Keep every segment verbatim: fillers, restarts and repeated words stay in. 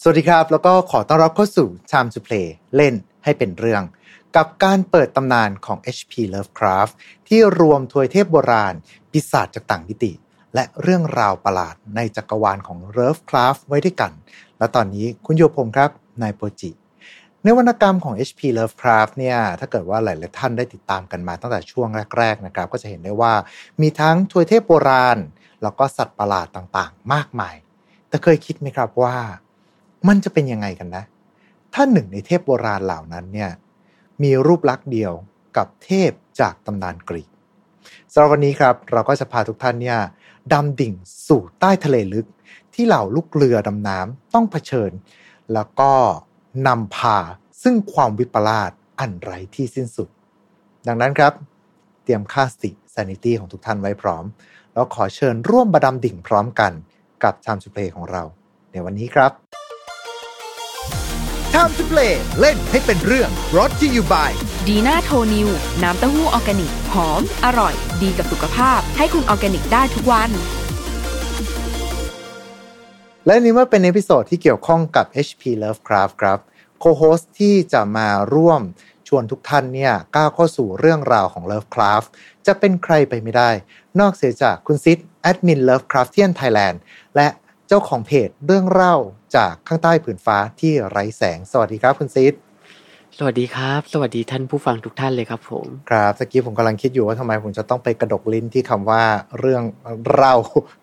สวัสดีครับแล้วก็ขอต้อนรับเข้าสู่ Time to Play เล่นให้เป็นเรื่องกับการเปิดตำนานของ เอช พี Lovecraft ที่รวมทวยเทพโบราณปีศาจจากต่างมิติและเรื่องราวประหลาดในจักรวาลของ Lovecraft ไว้ด้วยกันและตอนนี้คุณโยพงศ์ครับนายโปจิในวรรณกรรมของ เอช พี Lovecraft เนี่ยถ้าเกิดว่าหลายๆท่านได้ติดตามกันมาตั้งแต่ช่วงแรกๆนะครับก็จะเห็นได้ว่ามีทั้งทวยเทพโบราณแล้วก็สัตว์ประหลาดต่างๆมากมายแต่เคยคิดไหมครับว่ามันจะเป็นยังไงกันนะถ้าหนึ่งในเทพโบราณเหล่านั้นเนี่ยมีรูปลักษณ์เดียวกับเทพจากตำนานกรีกสำหรับวันนี้ครับเราก็จะพาทุกท่านเนี่ยดำดิ่งสู่ใต้ทะเลลึกที่เหล่าลูกเรือดำน้ำต้องเผชิญแล้วก็นำพาซึ่งความวิปลาสอันไร้ที่สิ้นสุดดังนั้นครับเตรียมค่าสติ sanity ของทุกท่านไว้พร้อมแล้วขอเชิญร่วมบดำดิ่งพร้อมกันกับ Time to Play ของเราในวันนี้ครับ Time to Play เล่นให้เป็นเรื่อง brought to you by ดีน่าโทนิวน้ำเต้าหู้ออร์แกนิกหอมอร่อยดีกับสุขภาพให้คุณออร์แกนิกได้ทุกวันและนี้ว่าเป็นเอพิโซดที่เกี่ยวข้องกับ เอช พี Lovecraft ครับโคโฮสต์ที่จะมาร่วมชวนทุกท่านเนี่ยก้าวเข้าสู่เรื่องราวของ Lovecraft จะเป็นใครไปไม่ได้นอกเสียจากคุณซิดแอดมิน Lovecraftian Thailand และเจ้าของเพจเรื่องเล่าจากข้างใต้ผืนฟ้าที่ไร้แสงสวัสดีครับคุณซิดสวัสดีครับสวัสดีท่านผู้ฟังทุกท่านเลยครับผมครับตะกี้ผมกำลังคิดอยู่ว่าทำไมผมจะต้องไปกระดกลิ้นที่คำว่าเรื่องเล่า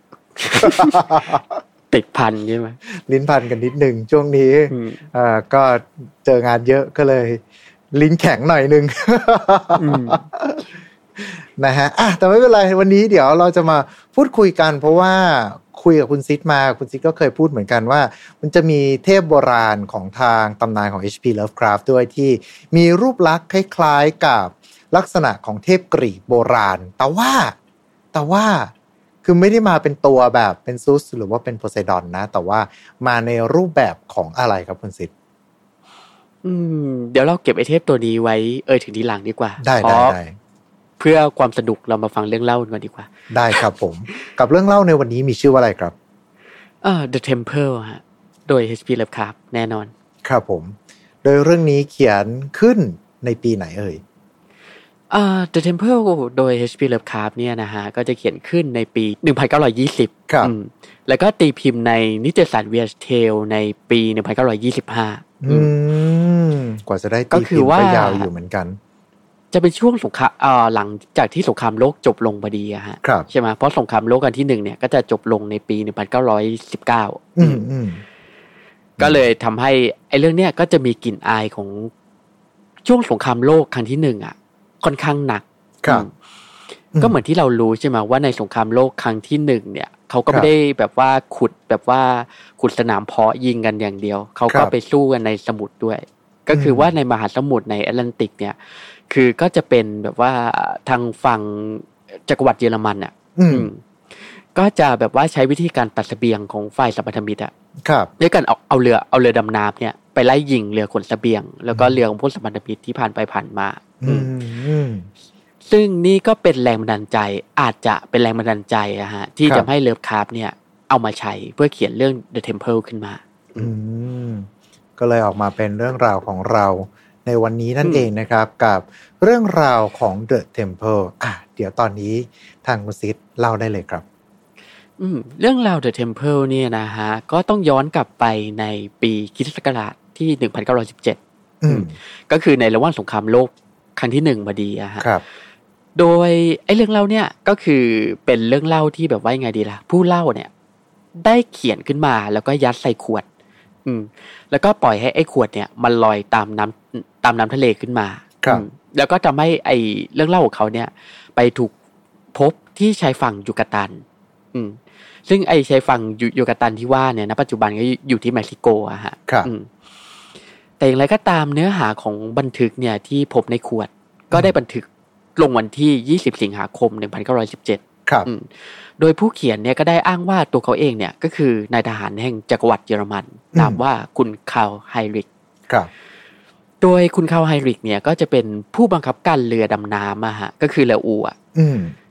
ติดพันใช่ไหมลิ้นพันกันนิดนึงช่วงนี้อ่าก็เจองานเยอะก็เลยลิ้นแข็งหน่อยนึง นะฮะอ่ะแต่ไม่เป็นไรวันนี้เดี๋ยวเราจะมาพูดคุยกันเพราะว่าคุยกับคุณซิดมาคุณซิดก็เคยพูดเหมือนกันว่ามันจะมีเทพโบราณของทางตำนานของ เอช พี Lovecraft ด้วยที่มีรูปลักษณ์คล้ายๆกับลักษณะของเทพกรีกโบราณแต่ว่าแต่ว่าคือไม่ได้มาเป็นตัวแบบเป็นซุสหรือว่าเป็นโพไซดอนนะแต่ว่ามาในรูปแบบของอะไรครับคุณซิดอืมเดี๋ยวเราเก็บไอเทพตัวนี้ไว้เอ่ยถึงทีหลังดีกว่าได้ได้ได้เพื่อความสนุกเรามาฟังเรื่องเล่ากันก่อนดีกว่าได้ครับผมกับเรื่องเล่าในวันนี้มีชื่อว่าอะไรครับเอ่อ The Temple ฮะโดย เอช พี Lovecraft แน่นอนครับผมโดยเรื่องนี้เขียนขึ้นในปีไหนเอ่ยเอ่อ The Temple โดย เอช พี Lovecraft เนี่ยนะฮะก็จะเขียนขึ้นในปีหนึ่งพันเก้าร้อยยี่สิบครับแล้วก็ตีพิมพ์ในนิตยสาร Weird Tale ในปีหนึ่งพันเก้าร้อยยี่สิบห้าอืมกว่าจะได้ตีพิมพ์ก็ยาวอยู่เหมือนกันจะเป็นช่วงสงครามเอ่อหลังจากที่สงครามโลกจบลงพอดีอะฮะใช่ไหมเพราะสงครามโลกอันที่หนึ่งเนี่ยก็จะจบลงในปีหนึ่งพันเก้าร้อยสิบเก้าอืมอืมก็เลยทำให้ไอ้เรื่องเนี้ยก็จะมีกลิ่นอายของช่วงสงครามโลกครั้งที่หนึ่งอ่ะค่อนข้างหนักครับก็เหมือนที่เรารู้ใช่ไหมว่าในสงครามโลกครั้งที่หนึ่งเนี่ยเขาก็ไม่ได้แบบว่าขุดแบบว่าขุดสนามเพาะยิงกันอย่างเดียวเขาก็ไปสู้กันในสมุทรด้วยก็คือว่าในมหาสมุทรในแอตแลนติกเนี่ยคือก็จะเป็นแบบว่าทางฝั่งจักรวรรดิเยอรมันอ่ะก็จะแบบว่าใช้วิธีการตัดเสบียงของฝ่ายสัมพันธมิตรอ่ะด้วยการเอาเอาเรือเอาเรือดำน้ำเนี่ยไปไล่ยิงเรือขนเสบียงแล้วก็เรือของพวกสัมพันธมิตรที่ผ่านไปผ่านมาซึ่งนี่ก็เป็นแรงบันดาลใจอาจจะเป็นแรงบันดาลใจอะฮะที่จะให้เลิฟคราฟเนี่ยเอามาใช้เพื่อเขียนเรื่อง The Temple ขึ้นมาก็เลยออกมาเป็นเรื่องราวของเราในวันนี้นั่นเองนะครับกับเรื่องราวของ The Temple อ่ะเดี๋ยวตอนนี้ทางคุณซิดเล่าได้เลยครับอืมเรื่องราว The Temple เนี่ยนะฮะก็ต้องย้อนกลับไปในปีคริสตศักราชที่หนึ่งพันเก้าร้อยสิบเจ็ดอืมก็คือในระหว่างสงครามโลกครั้งที่หนึ่งพอดีอะฮะครับโดยไอ้เรื่องเล่าเนี่ยก็คือเป็นเรื่องเล่าที่แบบว่ายังไงดีล่ะผู้เล่าเนี่ยได้เขียนขึ้นมาแล้วก็ยัดใส่ขวดอืมแล้วก็ปล่อยให้ไอ้ขวดเนี่ยมันลอยตามน้ำตามน้ำทะเลขึ้นมาครับแล้วก็ทำให้ไอ้เรื่องเล่าของเขาเนี่ยไปถูกพบที่ชายฝั่งยูกาตันอืมซึ่งไอ้ชายฝั่งยูกาตันที่ว่าเนี่ยณปัจจุบันก็อยู่ที่เม็กซิโกอะฮะอืมแต่อย่างไรก็ตามเนื้อหาของบันทึกเนี่ยที่พบในขวดก็ได้บันทึกลงวันที่ยี่สิบสิงหาคมหนึ่งพันเก้าร้อยสิบเจ็ดครับโดยผู้เขียนเนี่ยก็ได้อ้างว่าตัวเขาเองเนี่ยก็คือนายทหารแห่งจักรวรรดิเยอรมันนามว่าคุณคาร์ลไฮริกครับโดยคุณคาร์ลไฮริกเนี่ยก็จะเป็นผู้บังคับการเรือดำน้ำอะฮะก็คือเรืออูอ่ะ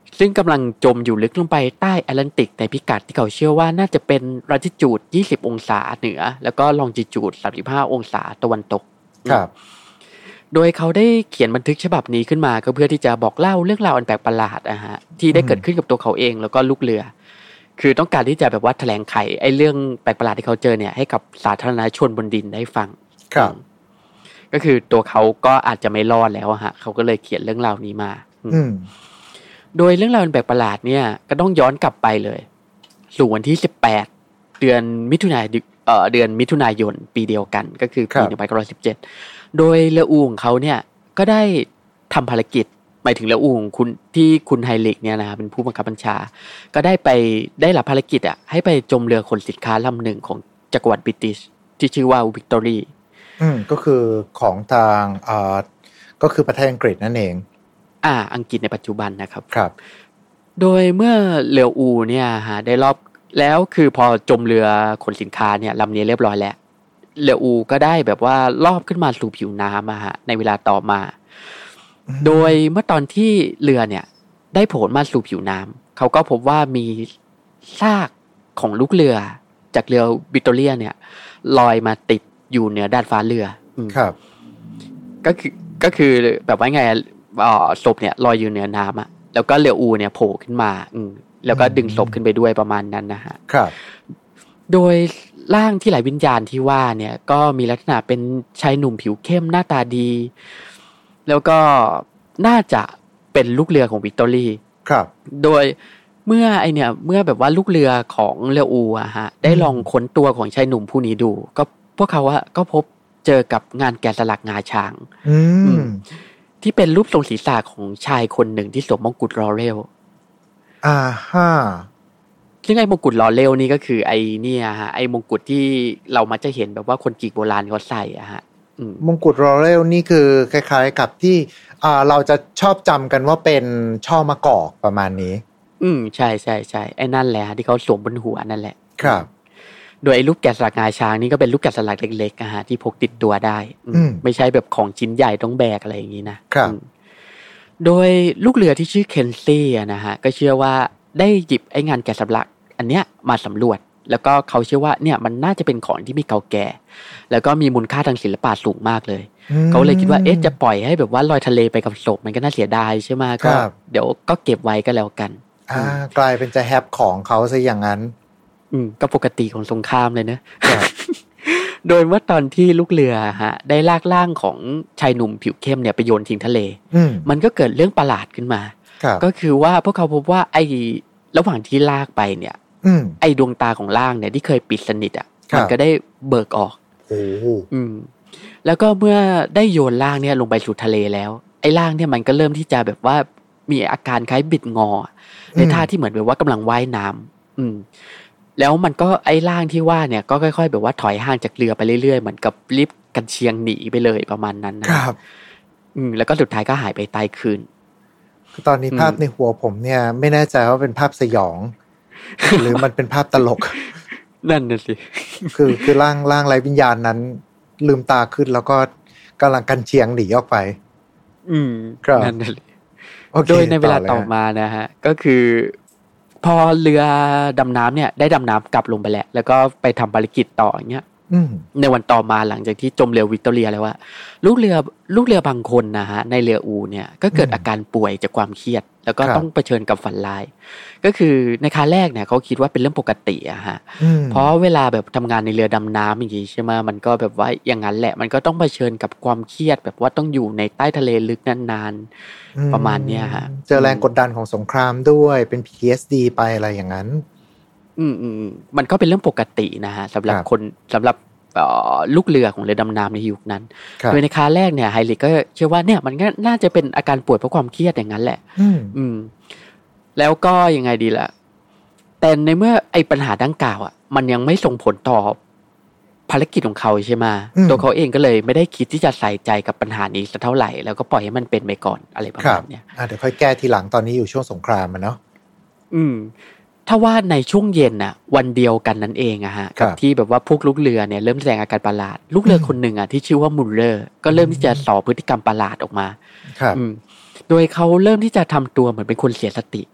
ซึ่งกำลังจมอยู่ลึกลงไปใต้แอตแลนติกในพิกัดที่เขาเชื่อว่าน่าจะเป็นลัติจูดยี่สิบองศาเหนือแล้วก็ลองจิจูดสามสิบห้าองศาตะวันตกครับโดยเขาได้เขียนบันทึกฉบับนี้ขึ้นมาก็เพื่อที่จะบอกเล่าเรื่องราวอันแปลกประหลาดนะฮะที่ได้เกิดขึ้นกับตัวเขาเองแล้วก็ลูกเรือคือต้องการที่จะแบบว่าแถลงไขไอ้เรื่องแปลกประหลาดที่เขาเจอเนี่ยให้กับสาธารณชนบนดินได้ฟังครับก็คือตัวเขาก็อาจจะไม่รอดแล้วฮะเขาก็เลยเขียนเรื่องราวนี้มาอืมโดยเรื่องราวอันแปลกประหลาดเนี่ยก็ต้องย้อนกลับไปเลยสู่วันที่สิบแปดเดือนมิถุนายนเอ่อเดือนมิถุนายนปีเดียวกันก็คือปีหนึ่งพันเก้าร้อยสิบเจ็ดโดยเรืออูของเขาเนี่ยก็ได้ทำภารกิจหมายถึงเรืออูของคุณที่คุณไฮลิกเนี่ยนะครับเป็นผู้บังคับบัญชาก็ได้ไปได้รับภารกิจอ่ะให้ไปจมเรือขนสินค้าลำหนึ่งของจักรวรรดิบริติชที่ชื่อว่าวิกตอรี่อืมก็คือของทางอ่าก็คือประเทศอังกฤษนั่นเองอ่าอังกฤษในปัจจุบันนะครับครับโดยเมื่อเรืออูเนี่ยฮะได้รอบแล้วคือพอจมเรือขนสินค้าเนี่ยลำนี้เรียบร้อยแล้วเรืออูก็ได้แบบว่ารอบขึ้นมาสู่ผิวน้ำอะฮะในเวลาต่อมาโดยเมื่อตอนที่เรือเนี่ยได้โผล่มาสู่ผิวน้ำเขาก็พบว่ามีซากของลูกเรือจากเรือวิกตอเรียเนี่ยลอยมาติดอยู่เหนือด้านฟ้าเรือครับก็คือก็คือแบบว่าไงอ่าศพเนี่ยลอยอยู่เหนือน้ำอะแล้วก็เรืออูเนี่ยโผล่ขึ้นมาอืมแล้วก็ดึงศพขึ้นไปด้วยประมาณนั้นนะฮะครับโดยร่างที่ไหลวิญญาณที่ว่าเนี่ยก็มีลักษณะเป็นชายหนุ่มผิวเข้มหน้าตาดีแล้วก็น่าจะเป็นลูกเรือของวิกตอรี่ครับโดยเมื่อไอเนี่ยเมื่อแบบว่าลูกเรือของเรืออูอะฮะได้ลองค้นตัวของชายหนุ่มผู้นี้ดูก็พวกเขาอะก็พบเจอกับงานแกะสลักงาช้างอืมที่เป็นรูปทรงศีรษะของชายคนหนึ่งที่สวมมงกุฎลอเรลอ่าฮะซึ่งไอ้มงกุฎลอเรลนี่ก็คือไอ้เนี่ยฮะไอ้มงกุฎที่เรามักจะเห็นแบบว่าคนกรีกโบราณเขาใส่อะฮะมงกุฎลอเรลนี่คือคล้ายๆกับที่อ่าเราจะชอบจำกันว่าเป็นช่อมะกอกประมาณนี้อืมใช่ใช่ใช่ไอ้นั่นแหละที่เขาสวมบนหัวนั่นแหละครับโดยไอ้รูปแกะสลักงาช้างนี่ก็เป็นรูปแกะสลักเล็กๆนะฮะที่พกติดตัวได้ไม่ใช่แบบของชิ้นใหญ่ต้องแบกอะไรอย่างนี้นะครับโดยลูกเรือที่ชื่อเคนซี่นะฮะก็เชื่อว่าได้หยิบไอ้งานแกะสลักอันเนี้ยมาสำรวจแล้วก็เขาเชื่อว่าเนี่ยมันน่าจะเป็นของที่มีเก่าแก่แล้วก็มีมูลค่าทางศิลปะสูงมากเลยเขาเลยคิดว่าเอ๊ะจะปล่อยให้แบบว่าลอยทะเลไปกับศพมันก็น่าเสียดายใช่ไหมก็เดี๋ยวก็เก็บไว้ก็แล้วกันอ่ากลายเป็นจะแฮปของเขาซะอย่างนั้นอืมก็ปกติของสงครามเลยนะ โดยเมื่อตอนที่ลูกเรือฮะได้ลากร่างของชายหนุ่มผิวเข้มเนี่ยไปโยนทิ้งทะเลมันก็เกิดเรื่องประหลาดขึ้นมาก็คือว่าพวกเขาพบว่าไอ้ระหว่างที่ลากไปเนี่ยไอ้ดวงตาของร่างเนี่ยที่เคยปิดสนิทอ่ะมันก็ได้เบิกออกโอ้อืมแล้วก็เมื่อได้โยนร่างเนี่ยลงไปสู่ทะเลแล้วไอ้ร่างเนี่ยมันก็เริ่มที่จะแบบว่ามีอาการคล้ายบิดงอในท่าที่เหมือนแบบว่ากำลังว่ายน้ำอืมแล้วมันก็ไอ้ร่างที่ว่าเนี่ยก็ค่อยๆแบบว่าถอยห่างจากเรือไปเรื่อยๆเหมือนกับรีบกันเชียงหนีไปเลยประมาณนั้นนะครับอืมแล้วก็สุดท้ายก็หายไปใต้คืนคือตอนนี้ภาพในหัวผมเนี่ยไม่แน่ใจว่าเป็นภาพสยองหรือมันเป็นภาพตลกนั่นน่ะสิคือคือร่างร่างไร้วิญญาณนั้นลืมตาขึ้นแล้วก็กำลังกันเชียงหนีออกไปอืมนั่นน่ะสิโดยในเวลาต่อมานะฮะก็คือพอเรือดำน้ำเนี่ยได้ดำน้ำกลับลงไปแล้วแล้วก็ไปทำภารกิจต่ออย่างเงี้ยในวันต่อมาหลังจากที่จมเรือวิกตอเรียแล้วว่าลูกเรือลูกเรือบางคนนะฮะในเรืออูเนี่ยก็เกิดอาการป่วยจากความเครียดแล้วก็ต้องเผชิญกับฝันร้ายก็คือในครั้งแรกเนี่ยเขาคิดว่าเป็นเรื่องปกติอะฮะเพราะเวลาแบบทำงานในเรือดำน้ำอย่างงี้ใช่ไหมมันก็แบบว่าอย่างนั้นแหละมันก็ต้องเผชิญกับความเครียดแบบว่าต้องอยู่ในใต้ทะเลลึกนานๆประมาณเนี้ยฮะเจอแรงกดดันของสงครามด้วยเป็น พี ที เอส ดี ไปอะไรอย่างนั้นอืมอืมมันก็เป็นเรื่องปกตินะฮะสำหรับคนสำหรับลูกเรือของเรือดำน้ำในยุคนั้นโดยในครั้งแรกเนี่ยไฮริกก็เชื่อว่าเนี่ยมันก็น่าจะเป็นอาการป่วยเพราะความเครียดอย่างนั้นแหละอืมแล้วก็ยังไงดีล่ะแต่ในเมื่อไอ้ปัญหาดังกล่าวอ่ะมันยังไม่ส่งผลต่อภารกิจของเขาใช่ไหมตัวเขาเองก็เลยไม่ได้คิดที่จะใส่ใจกับปัญหานี้สักเท่าไหร่แล้วก็ปล่อยให้มันเป็นไปก่อนอะไรประมาณนี้เดี๋ยวค่อยแก้ทีหลังตอนนี้อยู่ช่วงสงครามมันเนาะอืมถ้าว่าในช่วงเย็นน่ะวันเดียวกันนั่นเองอะฮะกับที่แบบว่าพวกลูกเรือเนี่ยเริ่มแสดงอาการประหลาดลูกเรือคนหนึ่งอะที่ชื่อว่ามุลเลอร์ก็เริ่มที่จะส่อพฤติกรรมประหลาดออกมาครับโดยเขาเริ่มที่จะทำตัวเหมือนเป็นคนเสียสติ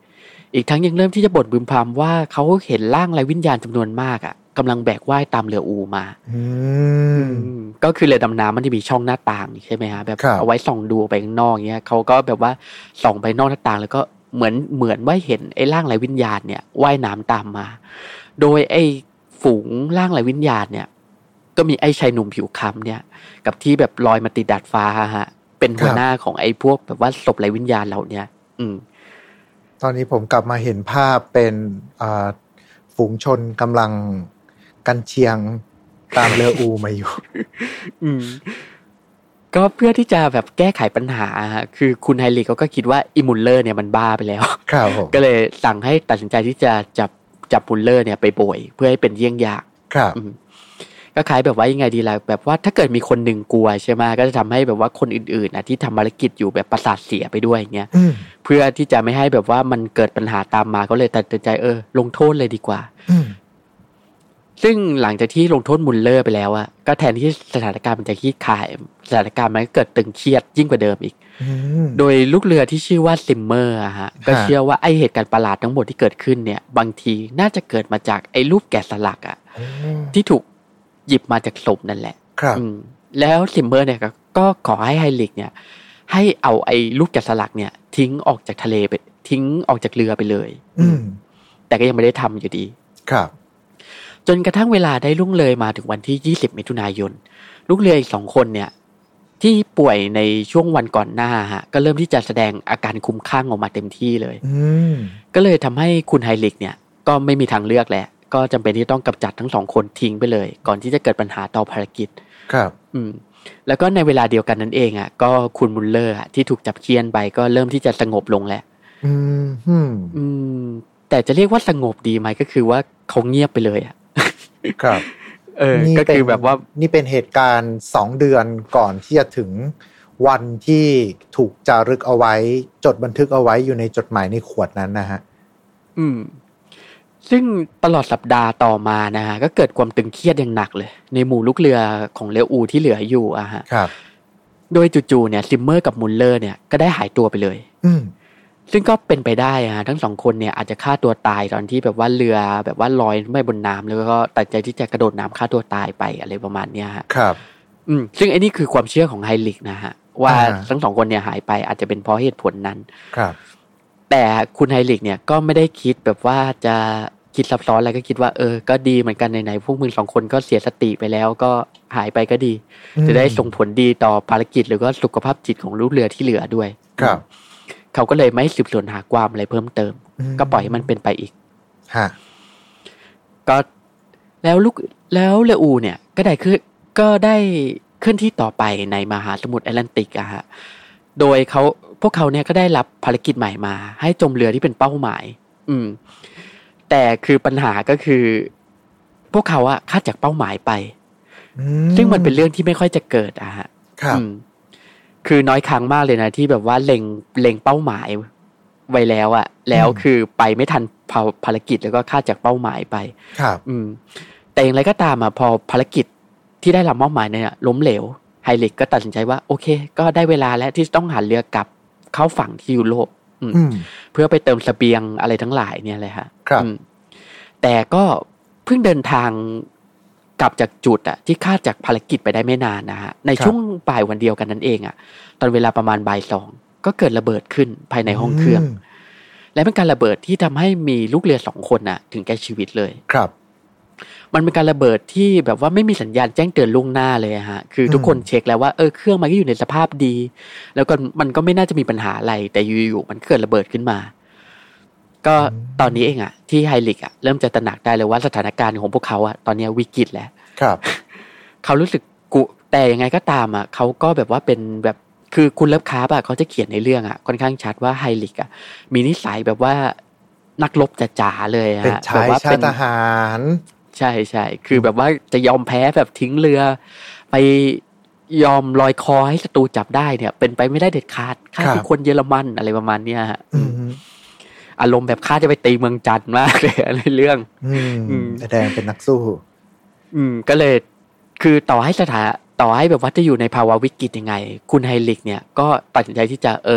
อีกทั้งยังเริ่มที่จะบ่นบึมพำว่าเขาเห็นร่างไร้วิญญาณจำนวนมากอ่ะกำลังแบกว่ายตามเรืออูมาก็คือเรือดำน้ำมันจะมีช่องหน้าต่างใช่ไหมฮะแบบเอาไว้ส่องดูไปข้างนอกเงี้ยเขาก็แบบว่าส่องไปนอกหน้าต่างแล้วก็เหมือนเหมือนว่าเห็นไอ้ร่างไร้วิญญาณเนี่ยว่ายน้ำตามมาโดยไอ้ฝูงร่างไร้วิญญาณเนี่ยก็มีไอ้ชายหนุ่มผิวคล้ำเนี่ยกับที่แบบลอยมาติดดาดฟ้าฮะเป็นหัวหน้าของไอ้พวกแบบว่าศพไร้วิญญาณเหล่านี้อืมตอนนี้ผมกลับมาเห็นภาพเป็นฝูงชนกำลังกันเชียงตามเรืออูมาอยู่อืมก็เพื่อที่จะแบบแก้ไขปัญหาคือคุณไฮริกเขาก็คิดว่าอิมุลเลอร์เนี่ยมันบ้าไปแล้วครับผมก็เลยสั่งให้ตัดสินใจที่จะจับจับมุลเลอร์เนี่ยไปโบยเพื่อให้เป็นเยี่ยงอย่างครับก็คล้ายแบบว่ายังไงดีล่ะแบบว่าถ้าเกิดมีคนหนึ่งกลัวใช่ไหมก็จะทำให้แบบว่าคนอื่นๆนะที่ทำภารกิจอยู่แบบประสาทเสียไปด้วยอย่างเงี้ยเพื่อที่จะไม่ให้แบบว่ามันเกิดปัญหาตามมาก็เลยตัดสินใจเออลงโทษเลยดีกว่าซึ่งหลังจากที่ลงโทษมุลเลอร์ไปแล้วอะก็แทนที่สถานการณ์มันจะคลี่คลายสถานการณ์มันก็เกิดตึงเครียดยิ่งกว่าเดิมอีกโดยลูกเรือที่ชื่อว่าซิมเมอร์อะฮะก็เชื่อว่าไอเหตุการณ์ประหลาดทั้งหมดที่เกิดขึ้นเนี่ยบางทีน่าจะเกิดมาจากไอรูปแกะสลักอะที่ถูกหยิบมาจากศพนั่นแหละแล้วซิมเมอร์เนี่ยก็ขอให้ไฮริกเนี่ยให้เอาไอรูปแกะสลักเนี่ยทิ้งออกจากทะเลไปทิ้งออกจากเรือไปเลยแต่ก็ยังไม่ได้ทำอยู่ดีครับจนกระทั่งเวลาได้ล่วงเลยมาถึงวันที่ยี่สิบมิถุนายนลูกเรืออีกสองคนเนี่ยที่ป่วยในช่วงวันก่อนหน้าฮะก็เริ่มที่จะแสดงอาการคลุ้มคลั่งออกมาเต็มที่เลยก็เลยทำให้คุณไฮริกเนี่ยก็ไม่มีทางเลือกแหละก็จำเป็นที่ต้องกำจัดทั้งสองคนทิ้งไปเลยก่อนที่จะเกิดปัญหาต่อภารกิจครับอืมแล้วก็ในเวลาเดียวกันนั้นเองอ่ะก็คุณมุลเลอร์ที่ถูกจับเคี่ยนไปก็เริ่มที่จะสงบลงแล้วอืมอืมแต่จะเรียกว่าสงบดีไหมก็คือว่าเขาเงียบไปเลยอ่ะครับเออก็คือแบบว่านี่เป็นเหตุการณ์สองเดือนก่อนที่จะถึงวันที่ถูกจารึกเอาไว้จดบันทึกเอาไว้อยู่ในจดหมายในขวดนั้นนะฮะอืมซึ่งตลอดสัปดาห์ต่อมานะฮะก็เกิดความตึงเครียดอย่างหนักเลยในหมู่ลูกเรือของเรืออูที่เหลืออยู่อะฮะครับโดยจู่ๆเนี่ยซิมเมอร์กับมุลเลอร์เนี่ยก็ได้หายตัวไปเลยอืมซึ่งก็เป็นไปได้ฮะทั้งสองคนเนี่ยอาจจะฆ่าตัวตายตอนที่แบบว่าเรือแบบว่าลอยไม่บนน้ำแล้วก็ตัดใจที่จะกระโดดน้ำฆ่าตัวตายไปอะไรประมาณเนี้ยฮะครับอืมซึ่งไอ้นี่คือความเชื่อของไฮริกนะฮะว่าทั้งสองคนเนี่ยหายไปอาจจะเป็นเพราะเหตุผลนั้นครับแต่คุณไฮริกเนี่ยก็ไม่ได้คิดแบบว่าจะคิดซับซ้อนอะไรก็คิดว่าเออก็ดีเหมือนกันไหนๆพวกมึงสองคนก็เสียสติไปแล้วก็หายไปก็ดีจะได้ส่งผลดีต่อภารกิจหรือก็สุขภาพจิตของลูกเรือที่เหลือด้วยครับเขาก็เลยไม่สืบสวนหาความอะไรเพิ่มเติมก็ปล่อยให้มันเป็นไปอีกฮะก็แล้วลูกแล้วเรืออูเนี่ยก็ได้คือก็ได้เคลื่อนที่ต่อไปในมหาสมุทรแอตแลนติกอะฮะโดยเขาพวกเขาเนี่ยก็ได้รับภารกิจใหม่มาให้จมเรือที่เป็นเป้าหมายอืมแต่คือปัญหาก็คือพวกเขาอะคาดจากเป้าหมายไปซึ่งมันเป็นเรื่องที่ไม่ค่อยจะเกิดอะฮะครับคือน้อยครั้งมากเลยนะที่แบบว่าเล็งเล็งเป้าหมายไว้แล้วอะแล้วคือไปไม่ทันภารกิจแล้วก็คาดจากเป้าหมายไปครับอืมแต่อย่างไรก็ตามอะพอภารกิจที่ได้รับมอบหมายเนี่ยล้มเหลวไฮริกก็ตัดสินใจว่าโอเคก็ได้เวลาแล้วที่ต้องหันเรือกลับเข้าฝั่งที่ยุโรปเพื่อไปเติมเสบียงอะไรทั้งหลายเนี่ยเลยฮะครับแต่ก็เพิ่งเดินทางกลับจากจุดอะที่คาดจากภารกิจไปได้ไม่นานนะฮะในช่วงบ่ายวันเดียวกันนั่นเองอะตอนเวลาประมาณบ่ายสองก็เกิดระเบิดขึ้นภายในห้องเครื่องและเป็นการระเบิดที่ทำให้มีลูกเรือสองคนน่ะถึงแก่ชีวิตเลยครับมันเป็นการระเบิดที่แบบว่าไม่มีสัญญาณแจ้งเตือนล่วงหน้าเลยฮะคือทุกคนเช็คแล้วว่าเออเครื่องมันก็อยู่ในสภาพดีแล้วก็มันก็ไม่น่าจะมีปัญหาอะไรแต่อยู่ๆมันเกิดระเบิดขึ้นมาก็ตอนนี้เองอ่ะที่ไฮริกอ่ะเริ่มจะตระหนักได้เลยว่าสถานการณ์ของพวกเขาอ่ะตอนนี้วิกฤตแล้วครับเขารู้สึกกุแต่ยังไงก็ตามอ่ะเขาก็แบบว่าเป็นแบบคือคุณเลิฟคาร์บอ่ะเขาจะเขียนในเรื่องอ่ะค่อนข้างชัดว่าไฮริกอ่ะมีนิสัยแบบว่านักรบจ๋าๆเลยฮะเป็นชายชาติทหารใช่ๆคือแบบว่าจะยอมแพ้แบบทิ้งเรือไปยอมลอยคอให้ศัตรูจับได้เนี่ยเป็นไปไม่ได้เด็ดขาดข้าเป็นคนเยอรมันอะไรประมาณเนี้ยฮะอารมณ์แบบข้าจะไปตีเมืองจันทร์มากเลยในเรื่องแสดงเป็นนักสู้อืมก็เลยคือต่อให้สถานต่อให้แบบว่าจะอยู่ในภาวะวิกฤตยังไงคุณไฮริกเนี่ยก็ตัดสินใจที่จะเออ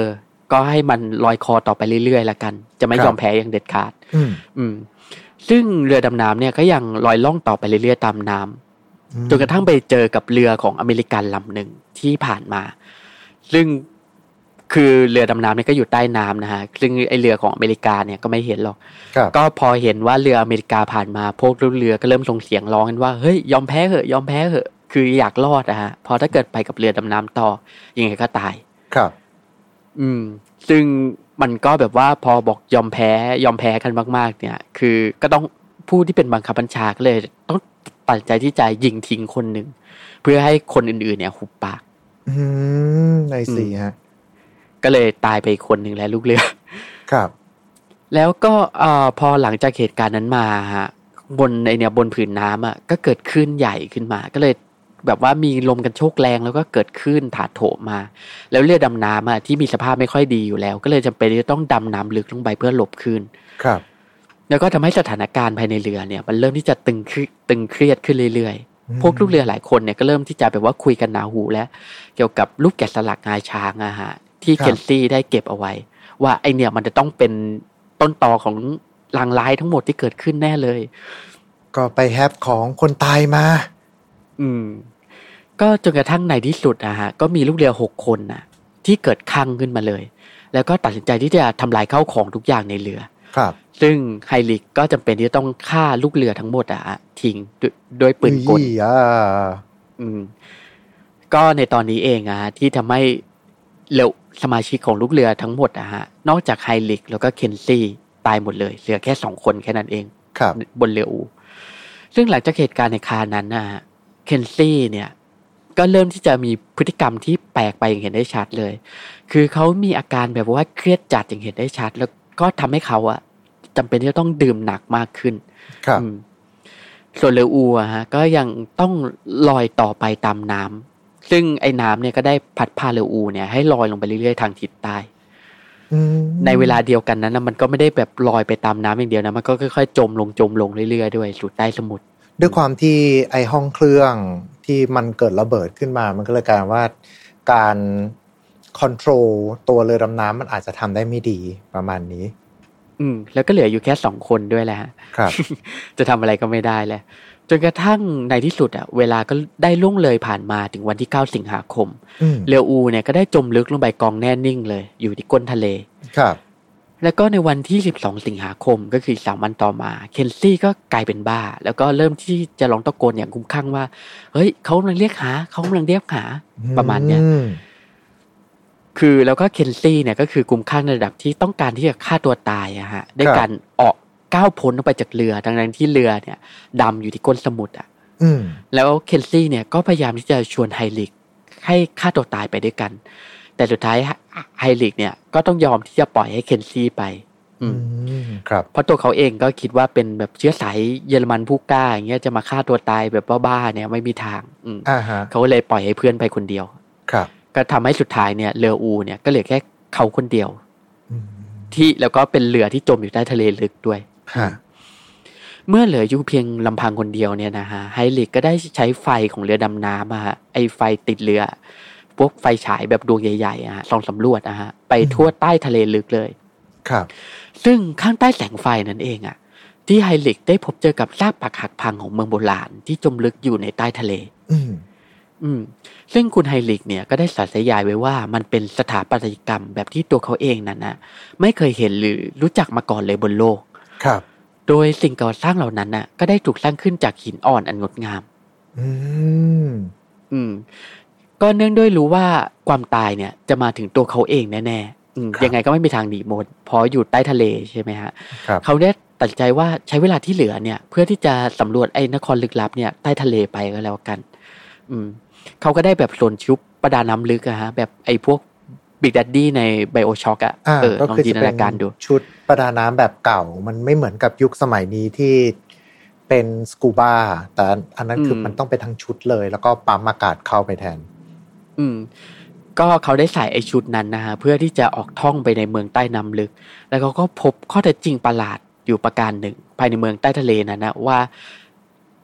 ก็ให้มันลอยคอต่อไปเรื่อยๆละกันจะไม่ยอมแพ้อย่างเด็ดขาดอืมอืมซึ่งเรือดำน้ำเนี่ยก็ยังลอยล่องต่อไปเรื่อยๆตามน้ำจนกระทั่งไปเจอกับเรือของอเมริกันลำหนึ่งที่ผ่านมาซึ่งคือเรือดำน้ำเนี่ยก็อยู่ใต้น้ำนะฮะซึ่งไอเรือของอเมริกาเนี่ยก็ไม่เห็นหรอกก็พอเห็นว่าเรืออเมริกาผ่านมาพวกเรือก็เริ่มส่งเสียงร้องกันว่าเฮ้ยยอมแพ้เหอะยอมแพ้เหอะคืออยากรอดอะฮะพอถ้าเกิดไปกับเรือดำน้ำต่อยังไงก็ตายครับอืมซึ่งมันก็แบบว่าพอบอกยอมแพ้ยอมแพ้กันมากๆเนี่ยคือก็ต้องผู้ที่เป็นบังคับบัญชาก็เลยต้องตัดใจที่จะยิงทิ้งคนหนึ่งเพื่อให้คนอื่นๆเนี่ยหุบปากอืมในสิฮะก็เลยตายไปคนหนึ่งแล้วลูกเรือครับแล้วก็เอ่อพอหลังจากเหตุการณ์นั้นมาฮะบนไอเนี่ยบนผืนน้ำอ่ะก็เกิดคลื่นใหญ่ขึ้นมาก็เลยแบบว่ามีลมกันโชกแรงแล้วก็เกิดคลื่นถาโถมมาแล้วเรือดำน้ำอ่ะที่มีสภาพไม่ค่อยดีอยู่แล้วก็เลยจำเป็นที่จะต้องดำน้ำลึกลงไปเพื่อหลบคลื่นครับแล้วก็ทำให้สถานการณ์ภายในเรือเนี่ยมันเริ่มที่จะตึงตึงเครียดขึ้นเรื่อยๆพวกลูกเรือหลายคนเนี่ยก็เริ่มที่จะแบบว่าคุยกันหนาหูแล้วเกี่ยวกับรูปแกะสลักงาช้างอะฮะที่เคนซี่ได้เก็บเอาไว้ว่าไอเนี่ยมันจะต้องเป็นต้นตอของลางร้ายทั้งหมดที่เกิดขึ้นแน่เลยก็ไปแฮปของคนตายมาอืมก็จนกระทั่งในที่สุดอะฮะก็มีลูกเรือหกคนน่ะที่เกิดคั่งขึ้นมาเลยแล้วก็ตัดสินใจที่จะทำลายข้าวของทุกอย่างในเรือครับซึ่งไฮริกก็จำเป็นที่จะต้องฆ่าลูกเรือทั้งหมดอะทิ้งด้วยปืนกลอืมก็ในตอนนี้เองอะที่ทำให้เรือสมาชิกของลูกเรือทั้งหมดอะฮะนอกจากไฮริกแล้วก็เคนซี่ตายหมดเลยเหลือแค่สองคนแค่นั้นเองบนเรืออูซึ่งหลังจากเหตุการณ์ในคราวนั้นนะฮะเคนซี่เนี่ยก็เริ่มที่จะมีพฤติกรรมที่แปลกไปอย่างเห็นได้ชัดเลยคือเขามีอาการแบบว่าเครียดจัดอย่างเห็นได้ชัดแล้วก็ทำให้เขาอะจำเป็นที่จะต้องดื่มหนักมากขึ้นครับส่วนเรืออูอะฮะก็ยังต้องลอยต่อไปตามน้ำซึ่งไอ้น้ำเนี่ยก็ได้พัดพาเรืออูเนี่ยให้ลอยลงไปเรื่อยๆทางทิศใต้ในเวลาเดียวกันนั้นนะมันก็ไม่ได้แบบลอยไปตามน้ำอย่างเดียวนะมันก็ค่อยๆจมลงจมลงเรื่อยๆด้วยสู่ใต้สมุทรด้วยความที่ไอห้องเครื่องที่มันเกิดระเบิดขึ้นมามันก็เลยกลายว่าการคอนโทรลตัวเรือดำน้ำมันอาจจะทำได้ไม่ดีประมาณนี้อืมแล้วก็เหลืออยู่แค่สองคนด้วยแหละครับจะทำอะไรก็ไม่ได้แล้วจนกระทั่งในที่สุดอ่ะเวลาก็ได้ล่วงเลยผ่านมาถึงวันที่เก้าสิงหาคมเรืออูเนี่ยก็ได้จมลึกลงไปกองแน่นิ่งเลยอยู่ที่ก้นทะเลครับแล้วก็ในวันที่สิบสองสิงหาคมก็คือสามวันต่อมาเคนซี่ก็กลายเป็นบ้าแล้วก็เริ่มที่จะร้องตะโกนอย่างคุ้มคั่งว่าเฮ้ยเขากำลังเรียกหาเขากำลังเรียกหาประมาณเนี้ยคือแล้วก็เคนซี่เนี่ยก็คือคุ้มคั่งในระดับที่ต้องการที่จะฆ่าตัวตายอะฮะด้วยการออกก้าวพ้นออกไปจากเรือดังนั้นที่เรือเนี่ยดำอยู่ที่ก้นสมุทรอ่ะแล้วเคนซี่เนี่ยก็พยายามที่จะชวนไฮริกให้ฆ่าตัวตายไปด้วยกันแต่สุดท้ายไฮริกเนี่ยก็ต้องยอมที่จะปล่อยให้เคนซี่ไปอืมครับเพราะตัวเขาเองก็คิดว่าเป็นแบบเชื้อสายเยอรมันผู้กล้าอย่างเงี้ยจะมาฆ่าตัวตายแบบบ้าๆเนี่ยไม่มีทางอืม uh-huh. เขาเลยปล่อยให้เพื่อนไปคนเดียวครับก็ทำให้สุดท้ายเนี่ยเรืออูเนี่ยก็เหลือแค่เขาคนเดียวที่แล้วก็เป็นเรือที่จมอยู่ใต้ทะเลลึกด้วยเมื่อเหลืออยู่เพียงลำพังคนเดียวเนี่ยนะฮะไฮริกก็ได้ใช้ไฟของเรือดำน้ำอะฮะไอไฟติดเรือพวกไฟฉายแบบดวงใหญ่ๆอะฮะส่องสำรวจอะฮะไปทั่วใต้ทะเลลึกเลยครับซึ่งข้างใต้แสงไฟนั่นเองอะที่ไฮริกได้พบเจอกับซากปรักหักพังของเมืองโบราณที่จมลึกอยู่ในใต้ทะเลอืมอืมซึ่งคุณไฮริกเนี่ยก็ได้สาธยายไว้ว่ามันเป็นสถาปัตยกรรมแบบที่ตัวเขาเองนั้นนะไม่เคยเห็นหรือรู้จักมาก่อนเลยบนโลกครับโดยสิ่งก่อสร้างเหล่านั้นน่ะก็ได้ถูกสร้างขึ้นจากหินอ่อนอันงดงามอืมอืมก็เนื่องด้วยรู้ว่าความตายเนี่ยจะมาถึงตัวเขาเองแน่ๆอืมยังไงก็ไม่มีทางหนีหมดเพราะอยู่ใต้ทะเลใช่ไหมฮะเขาได้ตัดใจว่าใช้เวลาที่เหลือเนี่ยเพื่อที่จะสำรวจไอ้นครลึกลับเนี่ยใต้ทะเลไปก็แล้วกันอืมเขาก็ได้แบบโซนชุบประดาน้ำลึกอะฮะแบบไอ้พวกบิ๊กดัดดี้ใน BioShock อ่ะเออลองจินตนาการดูชุดประดาน้ำแบบเก่ามันไม่เหมือนกับยุคสมัยนี้ที่เป็นสกูบาแต่อันนั้นคือมันต้องเป็นทั้งชุดเลยแล้วก็ปั๊มอากาศเข้าไปแทนอืมก็เขาได้ใส่ไอ้ชุดนั้นนะฮะเพื่อที่จะออกท่องไปในเมืองใต้น้ำลึกแล้วเขาก็พบข้อเท็จจริงประหลาดอยู่ประการหนึ่งภายในเมืองใต้ทะเลนั้นนะว่า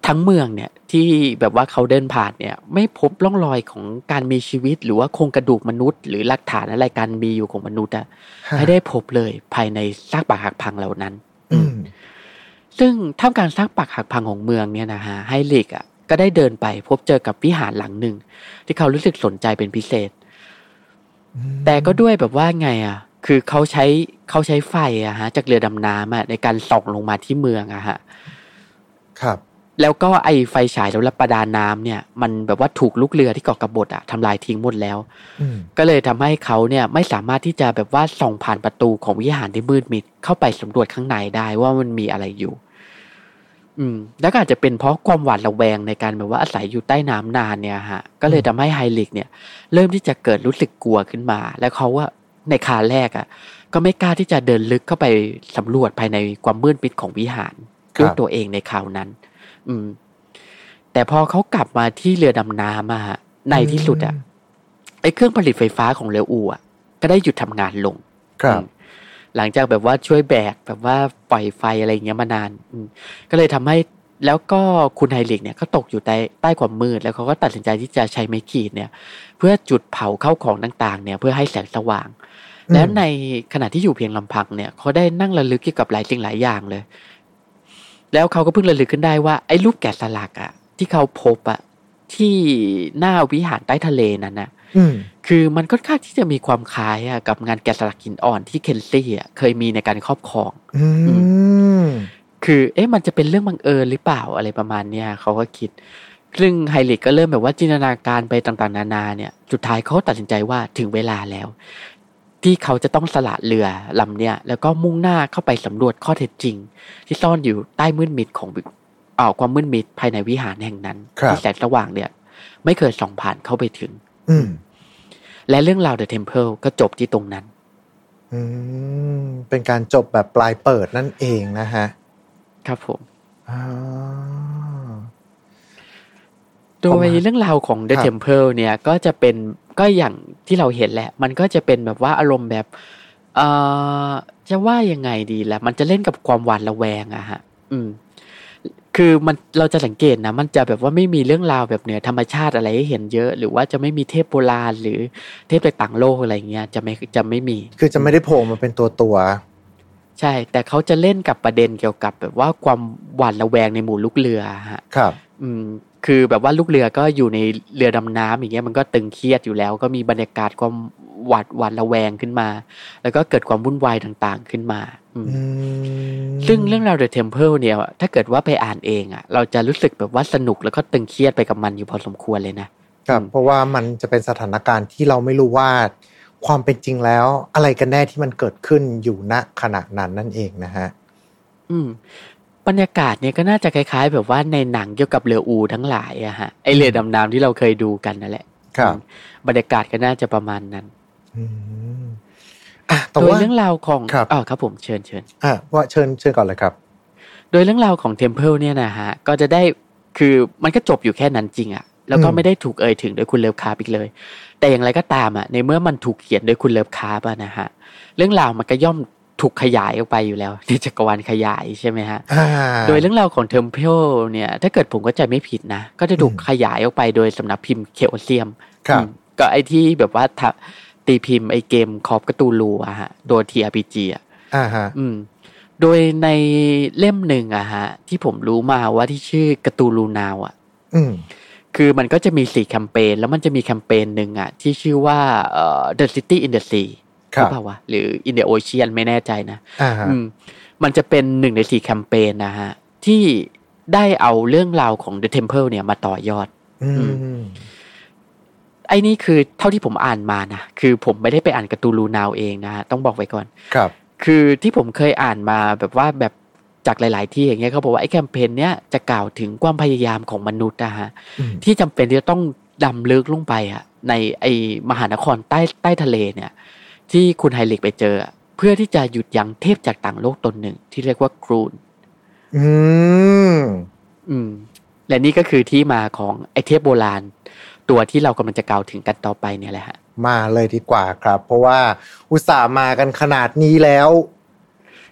ทั้งเมืองเนี่ยที่แบบว่าเขาเดินผ่านเนี่ยไม่พบร่องรอยของการมีชีวิตหรือว่าโครงกระดูกมนุษย์หรือหลักฐานอะไรการมีอยู่ของมนุษย์อะไม่ได้พบเลยภายในซากปรักหักพังเหล่านั้นซึ่งท่ามกลางซากปรักหักพังของเมืองเนี่ยนะฮะไฮริกอะก็ได้เดินไปพบเจอกับวิหารหลังหนึ่งที่เขารู้สึกสนใจเป็นพิเศษแต่ก็ด้วยแบบว่าไงอะคือเขาใช้เขาใช้ไฟอะฮะจากเรือดำน้ำอะในการส่องลงมาที่เมืองอะฮะครับแล้วก็ไอไฟฉายสำหรับประดาน้ำเนี่ยมันแบบว่าถูกลูกเรือที่เกาะกบฏอะทำลายทิ้งหมดแล้วก็เลยทำให้เขาเนี่ยไม่สามารถที่จะแบบว่าส่องผ่านประตูของวิหารที่มืดมิดเข้าไปสำรวจข้างในได้ว่ามันมีอะไรอยู่อืมแล้วก็อาจจะเป็นเพราะความหวาดระแวงในการแบบว่าอาศัยอยู่ใต้น้ำนานเนี่ยฮะก็เลยทำให้ไฮริกเนี่ยเริ่มที่จะเกิดรู้สึกกลัวขึ้นมาแล้วเขาว่าในคราแรกอะก็ไม่กล้าที่จะเดินลึกเข้าไปสำรวจภายในความมืดมิดของวิหารด้วยตัวเองในคราวนั้นอืมแต่พอเขากลับมาที่เรือดำน้ำอะฮะในที่สุดอะไอ้เครื่องผลิตไฟฟ้าของเรืออู่อะก็ได้หยุดทำงานลงครับหลังจากแบบว่าช่วยแบกแบบว่าปล่อยไฟอะไรอย่างเงี้ยมานานก็เลยทำให้แล้วก็คุณไฮริกเนี่ยก็ตกอยู่ใต้ใต้ความมืดแล้วเขาก็ตัดสินใจที่จะใช้ไม้ขีดเนี่ยเพื่อจุดเผาเข้าของต่างๆเนี่ยเพื่อให้แสงสว่างแล้วในขณะที่อยู่เพียงลำพังเนี่ยเขาได้นั่งระลึกเกี่ยวกับหลายสิ่งหลายอย่างเลยแล้วเขาก็เพิ่งระลึกขึ้นได้ว่าไอ้รูปแกะสลักอะที่เขาพบอะที่หน้าวิหารใต้ทะเลนั้นนะคือมันค่อนข้างที่จะมีความคล้ายอะกับงานแกะสลักหินอ่อนที่เคนซี่อะเคยมีในการครอบครองคือเอ๊ะมันจะเป็นเรื่องบังเอิญหรือเปล่าอะไรประมาณเนี้ยเขาก็คิดซึ่งไฮริกก็เริ่มแบบว่าจินตนาการไปต่างๆนานาเนี่ยสุดท้ายเขาตัดสินใจว่าถึงเวลาแล้วที่เขาจะต้องสละเรือลำเนี้ยแล้วก็มุ่งหน้าเข้าไปสำรวจข้อเท็จจริงที่ซ่อนอยู่ใต้มืดมิดของอ่าความมืดมิดภายในวิหารแห่งนั้นที่แสงสว่างเนี่ยไม่เคยส่องผ่านเข้าไปถึงและเรื่องราว The Temple ก็จบที่ตรงนั้นอืมเป็นการจบแบบปลายเปิดนั่นเองนะฮะครับผมอ๋อโดยเรื่องราวของ The Temple เนี่ยก็จะเป็นก็อย่างที่เราเห็นแหละมันก็จะเป็นแบบว่าอารมณ์แบบเอ่อจะว่ายังไงดีล่ะมันจะเล่นกับความหวาดระแวงอะฮะอืมคือมันเราจะสังเกตนะมันจะแบบว่าไม่มีเรื่องราวแบบเหนือธรรมชาติอะไรให้เห็นเยอะหรือว่าจะไม่มีเทพโบราณหรือเทพต่างโลกอะไรเงี้ยจะไม่จะไม่มีคือจะไม่ได้โผล่มาเป็นตัวตัวใช่แต่เขาจะเล่นกับประเด็นเกี่ยวกับแบบว่าความหวาดระแวงในหมู่ลูกเรือฮะครับอืมคือแบบว่าลูกเรือก็อยู่ในเรือดำน้ำอย่างเงี้ยมันก็ตึงเครียดอยู่แล้วก็มีบรรยากาศความหวาดหวาดระแวงขึ้นมาแล้วก็เกิดความวุ่นวายต่างๆขึ้นมาซึ่งเรื่องราว The Temple เนี่ยถ้าเกิดว่าไปอ่านเองอ่ะเราจะรู้สึกแบบว่าสนุกแล้วก็ตึงเครียดไปกับมันอยู่พอสมควรเลยนะครับเพราะว่ามันจะเป็นสถานการณ์ที่เราไม่รู้ว่าความเป็นจริงแล้วอะไรกันแน่ที่มันเกิดขึ้นอยู่ณขณะนั้นนั่นเองนะฮะอืมบรรยากาศเนี่ยก็น่าจะคล้ายๆแบบว่าในหนังเกี่ยวกับเรืออูทั้งหลายอะฮะไอเรือดำน้ำที่เราเคยดูกันนั่นแหละครับบรรยากาศก็น่าจะประมาณนั้นอืมอ่ะแต่ว่าโดยเรื่องราวของอ๋อครับผมเชิญเชิญอ่ะว่าเชิญเชิญก่อนเลยครับโดยเรื่องราวของ Temple เนี่ยนะฮะก็จะได้คือมันก็จบอยู่แค่นั้นจริงอะแล้วก็ไม่ได้ถูกเอ่ยถึงโดยคุณเลิฟคาร์ฟอีกเลยแต่อย่างไรก็ตามอะในเมื่อมันถูกเขียนโดยคุณเลิฟคาร์ฟอะนะฮะเรื่องราวมันก็ย่อมถูกขยายออกไปอยู่แล้วในจักรวาลขยายใช่ไหมฮะโดยเรื่องราวของ Temple เนี่ยถ้าเกิดผมก็จะไม่ผิดนะก็จะถูกขยายออกไปโดยสำนักพิมพ์เคโอเซียมก็ไอที่แบบว่าตีพิมพ์ไอเกมคอปกตูลูอะฮะโดย ที อาร์ พี จี อ่ะอ่าฮะอืมโดยในเล่มหนึ่งอะฮะที่ผมรู้มาว่าที่ชื่อกตูลูนาวอ่ะอืมคือมันก็จะมีสี่แคมเปญแล้วมันจะมีแคมเปญหนึ่งอ่ะที่ชื่อว่าเอ่อ The City in the Seaหรือเปล่าวะหรือ In the Ocean ไม่แน่ใจนะอืมมันจะเป็นหนึ่งในสี่แคมเปญนะฮะที่ได้เอาเรื่องราวของ The Temple เนี่ยมาต่อยอดอืมไอ้นี่คือเท่าที่ผมอ่านมานะคือผมไม่ได้ไปอ่านการ์ตูนลูนาวเองนะฮะต้องบอกไว้ก่อนครับคือที่ผมเคยอ่านมาแบบว่าแบบจากหลายๆที่อย่างเงี้ยเขาบอกว่าไอ้แคมเปญเนี้ยจะกล่าวถึงความพยายามของมนุษย์นะฮะที่จำเป็นที่จะต้องดำลึกลงไปอ่ะในไอ้มหานครใต้ใต้ทะเลเนี่ยที่คุณไฮริกไปเจอเพื่อที่จะหยุดยั้งเทพจากต่างโลกตนหนึ่งที่เรียกว่ากรูนอืมอืมและนี่ก็คือที่มาของไอ้เทพโบราณตัวที่เรากำลังจะกล่าวถึงกันต่อไปเนี่ยแหละฮะมาเลยดีกว่าครับเพราะว่าอุตส่าห์มากันขนาดนี้แล้ว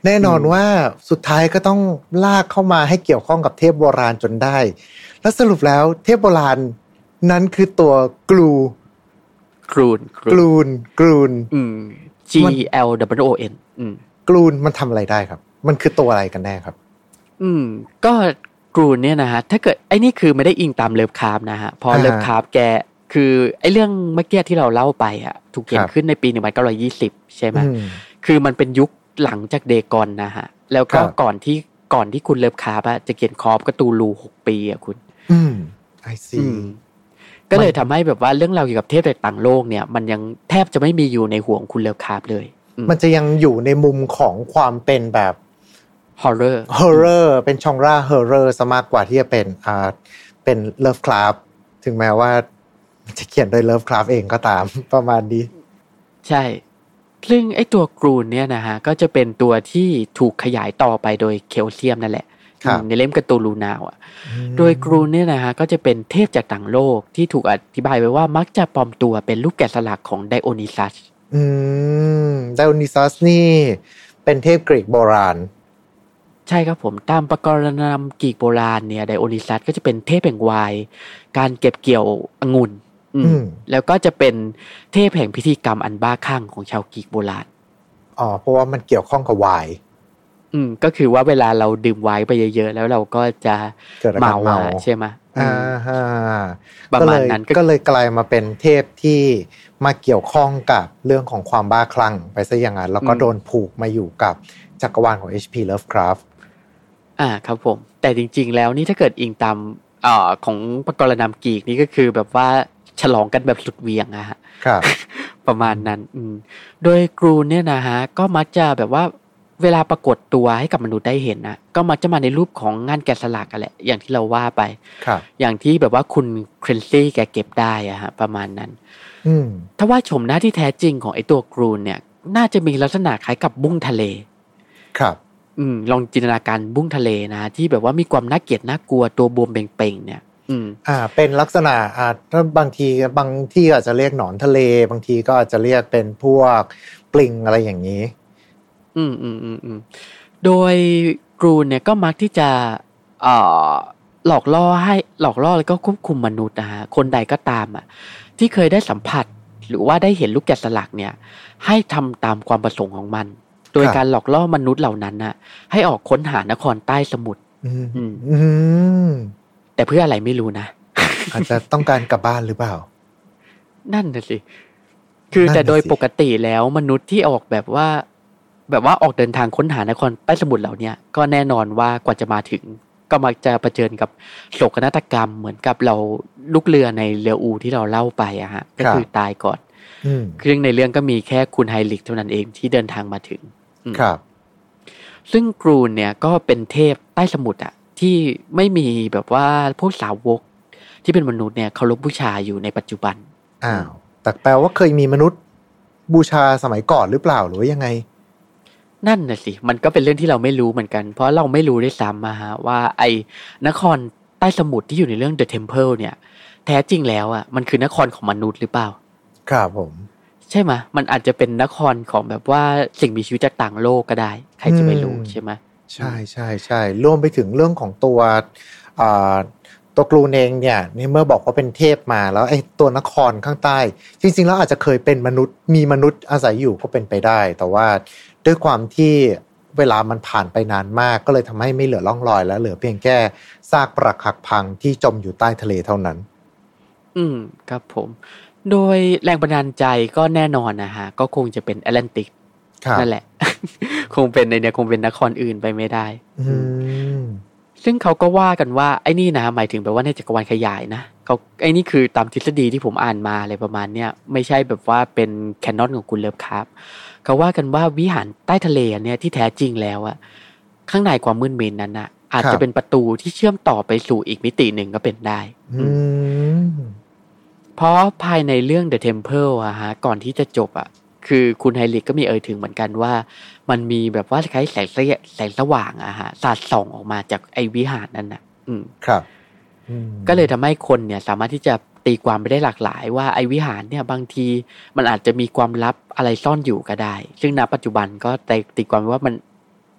แน่นอนว่าสุดท้ายก็ต้องลากเข้ามาให้เกี่ยวข้องกับเทพโบราณจนได้แล้วสรุปแล้วเทพโบราณนั้นคือตัวกลูกรูนกลูนกลูนอืม G L W O N อืมกลูนมันทำอะไรได้ครับมันคือตัวอะไรกันแน่ครับอืมก็กรูนเนี่ยนะฮะถ้าเกิดไอ้นี่คือไม่ได้อิงตามเลิฟคราฟนะฮะพอเลิฟคราฟแกคือไอ้เรื่องเมื่อกี้ที่เราเล่าไปอ่ะถูกเขียนขึ้นในปีหนึ่งพันเก้าร้อยยี่สิบใช่ไหมคือมันเป็นยุคหลังจากเดกอนนะฮะแล้วก็ก่อนที่ก่อนที่คุณเลิฟคราฟจะเขียนคอปกตูลูหกปีอ่ะคุณอืม I see ก็เลยทำให้แบบว่าเรื่องราวเกี่ยวกับเทพต่างโลกเนี่ยมันยังแทบจะไม่มีอยู่ในหัวของคุณเลิฟคราฟเลยมันจะยังอยู่ในมุมของความเป็นแบบฮอร์เรอร์ฮอร์เรอร์เป็นชองร่าฮอร์เรอร์ซะมากกว่าที่จะเป็นอ่าเป็นเลิฟคราฟถึงแม้ว่าจะเขียนโดยเลิฟคราฟเองก็ตามประมาณนี้ใช่ซึ่งไอ้ตัวกรูนเนี่ยนะฮะก็จะเป็นตัวที่ถูกขยายต่อไปโดยเคลเซียมนั่นแหละในเล่มการ์ตูนลูนาวอ่ะโดยกรูนเนี่ยนะฮะก็จะเป็นเทพจากต่างโลกที่ถูกอธิบายไว้ว่ามักจะปลอมตัวเป็นรูปแกะสลักของไดโอนิซัสอืมไดโอนิซัสนี่เป็นเทพกรีกโบราณใช่ครับผมตามปกรณนามกรีกโบราณเนี่ยไดโอนิซัสก็จะเป็นเทพแห่งไวน์การเก็บเกี่ยวองุ่นแล้วก็จะเป็นเทพแห่งพิธีกรรมอันบ้าคลั่งของชาวกรีกโบราณอ๋อเพราะว่ามันเกี่ยวข้องกับไวน์อืมก็คือว่าเวลาเราดื่มไวน์ไปเยอะๆแล้วเราก็จะเมาใช่ไหมอ่าฮะประมาณนั้นก็เลยกลายมาเป็นเทพที่มาเกี่ยวข้องกับเรื่องของความบ้าคลั่งไปซะอย่างนั้นแล้วก็โดนผูกมาอยู่กับจักรวาลของ เอช พี Lovecraft อ่าครับผมแต่จริงๆแล้วนี่ถ้าเกิดอิงตามเอ่อของปกรณนามกรีกนี่ก็คือแบบว่าฉลองกันแบบสุดเวียงอะฮะครับประมาณนั้นอืมโดยกรูนเนี่ยนะฮะก็มักจะแบบว่าเวลาปรากฏตัวให้กับมนุษย์ได้เห็นนะก็มักจะมาในรูปของงานแกะสลักกันแหละอย่างที่เราว่าไปครับอย่างที่แบบว่าคุณเครนซี่แกเก็บได้อะฮะประมาณนั้นอืมถ้าว่าชมหน้าที่แท้จริงของไอ้ตัวกรูนเนี่ยน่าจะมีลักษณะคล้ายกับบุ้งทะเลครับอืมลองจินตนาการบุ้งทะเลนะที่แบบว่ามีความน่าเกลียดน่ากลัวตัวบวมเป่งๆเนี่ยอืมอ่าเป็นลักษณะอ่าถ้าบางทีบางที่อาจจะเรียกหนอนทะเลบางทีก็อาจจะเรียกเป็นพวกปลิงอะไรอย่างนี้อืมอืมอืมอืมโดยกรูนเนี่ยก็มักที่จะเอ่อหลอกล่อให้หลอกล่อแล้วก็ควบคุมมนุษย์นะฮะคนใดก็ตามอ่ะที่เคยได้สัมผัสหรือว่าได้เห็นลูกแกะสลักเนี่ยให้ทำตามความประสงค์ของมันโดยการหลอกล่อมนุษย์เหล่านั้นน่ะให้ออกค้นหานครใต้สมุทรอืมแต่เพื่ออะไรไม่รู้นะอาจจะต้องการกลับบ้านหรือเปล่านั่นน่ะสิคือแต่โดยปกติแล้วมนุษย์ที่ออกแบบว่าแบบว่าออกเดินทางค้นหานครใต้สมุทรเหล่านี้ก็แน่นอนว่ากว่าจะมาถึงก็มักจะเผชิญกับโศกนาฏกรรมเหมือนกับเราลูกเรือในเรืออูที่เราเล่าไปอะฮะก็คือตายก่อนเรื่องในเรื่องก็มีแค่คุณไฮริกเท่านั้นเองที่เดินทางมาถึงครับซึ่งกรูนเนี่ยก็เป็นเทพใต้สมุทรอะที่ไม่มีแบบว่าพวกสาวกที่เป็นมนุษย์เนี่ยเคารพบูชาอยู่ในปัจจุบันอ้าวแต่แปลว่าเคยมีมนุษย์บูชาสมัยก่อนหรือเปล่าหรือว่ายังไงนั่นน่ะสิมันก็เป็นเรื่องที่เราไม่รู้เหมือนกันเพราะเราไม่รู้ด้วยซ้ำมาฮะว่าไอ้นครใต้สมุทรที่อยู่ในเรื่อง The Temple เนี่ยแท้จริงแล้วอ่ะมันคือนครของมนุษย์หรือเปล่าครับผมใช่ไหมมันอาจจะเป็นนครของแบบว่าสิ่งมีชีวิตจากต่างโลกก็ได้ใครจะไม่รู้ใช่ไหมใช่ใช่ใช่รวมไปถึงเรื่องของตัวอ่าตัวกรูนเองเนี่ยนี่เมื่อบอกว่าเป็นเทพมาแล้วไอ้ตัวนครข้างใต้จริงๆแล้วอาจจะเคยเป็นมนุษย์มีมนุษย์อาศัยอยู่ก็เป็นไปได้แต่ว่าด้วยความที่เวลามันผ่านไปนานมากก็เลยทำให้ไม่เหลือร่องรอยแล้วเหลือเพียงแค่ซากปรักหักพังที่จมอยู่ใต้ทะเลเท่านั้นอืมครับผมโดยแรงบันดาลใจก็แน่นอนนะฮะก็คงจะเป็นแอตแลนติกนั่นแหละ คงเป็นในเนี่ยคงเป็นนครอื่นไปไม่ได้อืมซึ่งเขาก็ว่ากันว่าไอ้นี่นะหมายถึงแบบว่าในจักรวาลขยายนะเขาไอ้นี่คือตามทฤษฎีที่ผมอ่านมาอะไรประมาณเนี้ยไม่ใช่แบบว่าเป็นแคนนอนของคุณเลิฟคราฟเขาว่ากันว่าวิหารใต้ทะเลอันเนี้ยที่แท้จริงแล้วอะข้างในความมืดมิดนั้นน่ะอาจจะเป็นประตูที่เชื่อมต่อไปสู่อีกมิติหนึ่งก็เป็นได้เพราะภายในเรื่อง The Temple อะฮะก่อนที่จะจบอะคือคุณไฮริกก็มีเอ่ยถึงเหมือนกันว่ามันมีแบบว่าคล้ายแสงแสงสว่างอะฮะสาดส่องออกมาจากไอ้วิหารนั้นน่ะอืมครับก็เลยทำให้คนเนี่ยสามารถที่จะตีความไปได้หลากหลายว่าไอ้วิหารเนี่ยบางทีมันอาจจะมีความลับอะไรซ่อนอยู่ก็ได้ซึ่งณปัจจุบันก็ตีความว่ามัน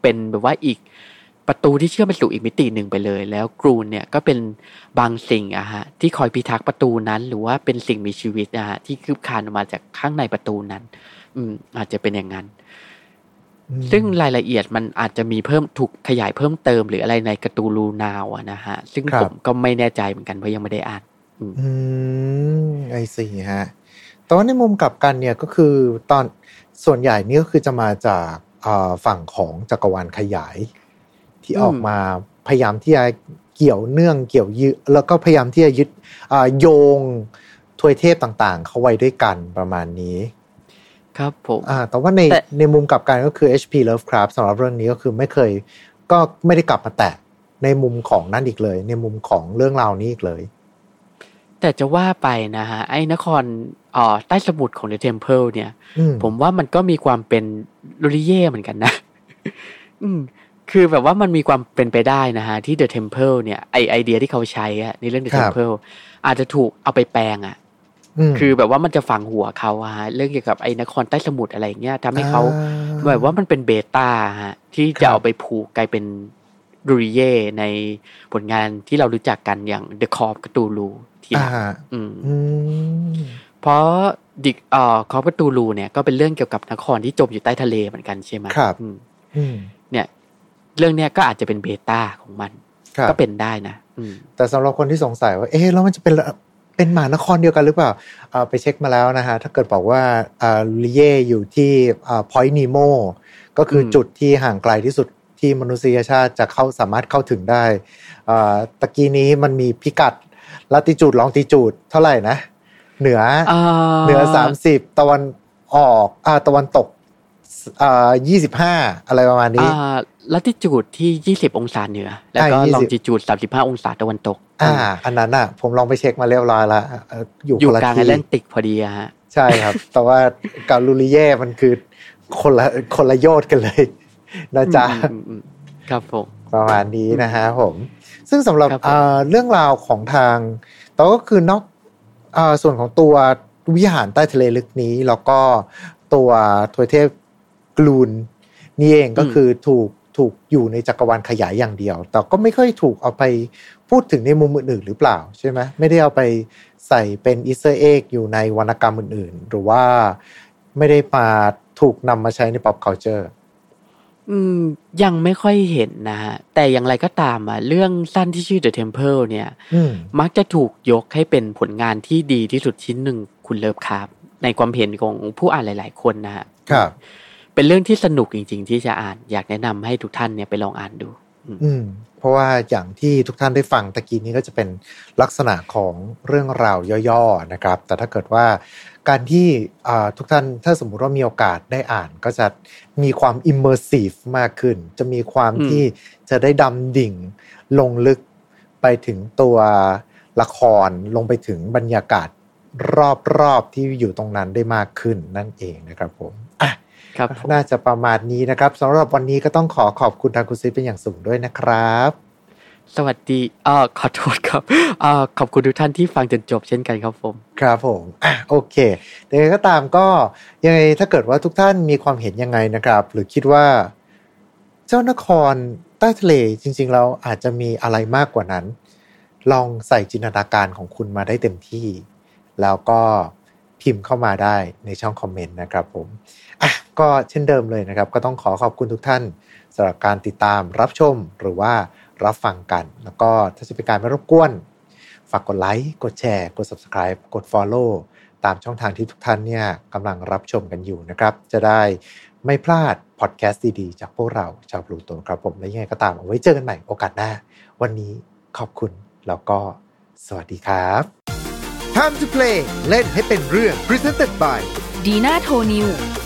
เป็นแบบว่าอีกประตูที่เชื่อมไปสู่อีกมิติหนึ่งไปเลยแล้วกรูนเนี่ยก็เป็นบางสิ่งอะฮะที่คอยพิทักษ์ประตูนั้นหรือว่าเป็นสิ่งมีชีวิตอะฮะที่คืบคลานออกมาจากข้างในประตูนั้นอืมอาจจะเป็นอย่างนั้นซึ่งรายละเอียดมันอาจจะมีเพิ่มถูกขยายเพิ่มเติมหรืออะไรในการ์ตูนลูนาวอะนะฮะซึ่งผมก็ไม่แน่ใจเหมือนกันเพราะยังไม่ได้อ่านอืมอืมไอซีฮะแต่ว่าในมุมกลับกันเนี่ยก็คือตอนส่วนใหญ่นี่ก็คือจะมาจากฝั่งของจักรวาลขยายที่ออกมาพยายามที่จะเกี่ยวเนื่องเกี่ยวยึดแล้วก็พยายามที่จะยึดโยงทวยเทพต่างๆเข้าไว้ด้วยกันประมาณนี้ครับผมอ่าแต่ว่าในในมุมกลับกันก็คือ เอช พี Lovecraft สำหรับเรื่องนี้ก็คือไม่เคยก็ไม่ได้กลับมาแตะในมุมของนั่นอีกเลยในมุมของเรื่องราวนี้อีกเลยแต่จะว่าไปนะฮะไอ้นครอ๋อใต้สมุทรของ The Temple เนี่ยผมว่ามันก็มีความเป็นลูริเย่เหมือนกันนะอืมคือแบบว่ามันมีความเป็นไปได้นะฮะที่ The Temple เนี่ยไอไอเดียที่เขาใช้อะในเรื่อง The Temple อาจจะถูกเอาไปแปลงอะคือแบบว่ามันจะฝังหัวเขาฮะเรื่องเกี่ยวกับไอ้นครใต้สมุทรอะไรเงี้ยทำให้เขาแบบว่ามันเป็นเบต้าฮะที่จะเอาไปผูกกลายเป็นลูริเย่ในผลงานที่เรารู้จักกันอย่าง The Call of Cthulhu ที่ละอืมเพราะดิกเอ่อ Call of Cthulhu เนี่ยก็เป็นเรื่องเกี่ยวกับนครที่จมอยู่ใต้ทะเลเหมือนกันใช่ไหมครับเนี่ยเรื่องเนี้ยก็อาจจะเป็นเบต้าของมันก็เป็นได้นะแต่สำหรับคนที่สงสัยว่าเอ๊ะแล้วมันจะเป็นเป็นมหานครเดียวกันหรือเปล่าเอาไปเช็คมาแล้วนะฮะถ้าเกิดบอกว่าอ่าลูริเย่อยู่ที่อ่า Point Nemo ก็คือจุดที่ห่างไกลที่สุดที่มนุษยชาติจะเข้าสามารถเข้าถึงได้อ่าตะกี้นี้มันมีพิกัดลัติจูดลองติจูดเท่าไหร่นะเหนือเหนือสามสิบตะวันออกอ่าตะวันตกอ่ายี่สิบห้าอะไรประมาณนี้อ่าลัติจูดที่ยี่สิบองศาเหนือแล้วก็ลองติจูดสามสิบห้าองศาตะวันตกอ่าอันนั้นน่ะผมลองไปเช็คมาเรียบร้อยแล้วอยู่อยู่กลางแอตแลนติกพอดีฮะใช่ครับแต่ว่ากับลูริเย่มันคือคนละคนละโยชน์กันเลยนะจ๊ะครับผมประมาณนี้นะฮะผมซึ่งสำหรับเรื่องราวของทางแต่ก็คือนอกส่วนของตัววิหารใต้ทะเลลึกนี้แล้วก็ตัวทวยเทพกลูนนี่เองก็คือถูกถูกอยู่ในจักรวาลขยายอย่างเดียวแต่ก็ไม่ค่อยถูกเอาไปพูดถึงในมุมอื่นๆหรือเปล่าใช่ไหมไม่ได้เอาไปใส่เป็นอีสเตอร์เอ็กอยู่ในวรรณกรรมอื่นๆหรือว่าไม่ได้มาถูกนำมาใช้ใน pop culture อืมยังไม่ค่อยเห็นนะฮะแต่อย่างไรก็ตามอ่ะเรื่องสั้นที่ชื่อ The Temple เนี่ยมักจะถูกยกให้เป็นผลงานที่ดีที่สุดชิ้นหนึ่งคุณเลิฟครับในความเห็นของผู้อ่านหลายๆคนนะฮะครับเป็นเรื่องที่สนุกจริงๆที่จะอ่านอยากแนะนำให้ทุกท่านเนี่ยไปลองอ่านดูอืมเพราะว่าอย่างที่ทุกท่านได้ฟังตะกี้นี้ก็จะเป็นลักษณะของเรื่องราวย่อๆนะครับแต่ถ้าเกิดว่าการที่ทุกท่านถ้าสมมุติว่ามีโอกาสได้อ่านก็จะมีความ immersive มากขึ้นจะมีความที่จะได้ดำดิ่งลงลึกไปถึงตัวละครลงไปถึงบรรยากาศรอบๆที่อยู่ตรงนั้นได้มากขึ้นนั่นเองนะครับผมอ่ะน่าจะประมาณนี้นะครับสำหรับวันนี้ก็ต้องขอขอบคุณทางคุณซิเป็นอย่างสูงด้วยนะครับสวัสดีอ่าขอโทษครับอ่าขอบคุณทุกท่านที่ฟังจนจบเช่นกันครับผมครับผมอ่ะโอเคแต่ก็ตามก็ยังไงถ้าเกิดว่าทุกท่านมีความเห็นยังไงนะครับหรือคิดว่าเจ้านครใต้ทะเลจริงๆแล้วอาจจะมีอะไรมากกว่านั้นลองใส่จินตนาการของคุณมาได้เต็มที่แล้วก็พิมพ์เข้ามาได้ในช่องคอมเมนต์นะครับผมอ่ะก็เช่นเดิมเลยนะครับก็ต้องขอขอบคุณทุกท่านสำหรับการติดตามรับชมหรือว่ารับฟังกันแล้วก็ถ้าจะเป็นการไม่รบกวนฝากกดไลค์กดแชร์กด Subscribe กด Follow ตามช่องทางที่ทุกท่านเนี่ยกำลังรับชมกันอยู่นะครับจะได้ไม่พลาดพอดแคสต์ดีๆจากพวกเราชาวพลูโตครับผมและยังไงก็ตามเอาไว้เจอกันใหม่โอกาสหน้าวันนี้ขอบคุณแล้วก็สวัสดีครับ Time to play เล่นให้เป็นเรื่อง Presented by ดีน่าโทนิว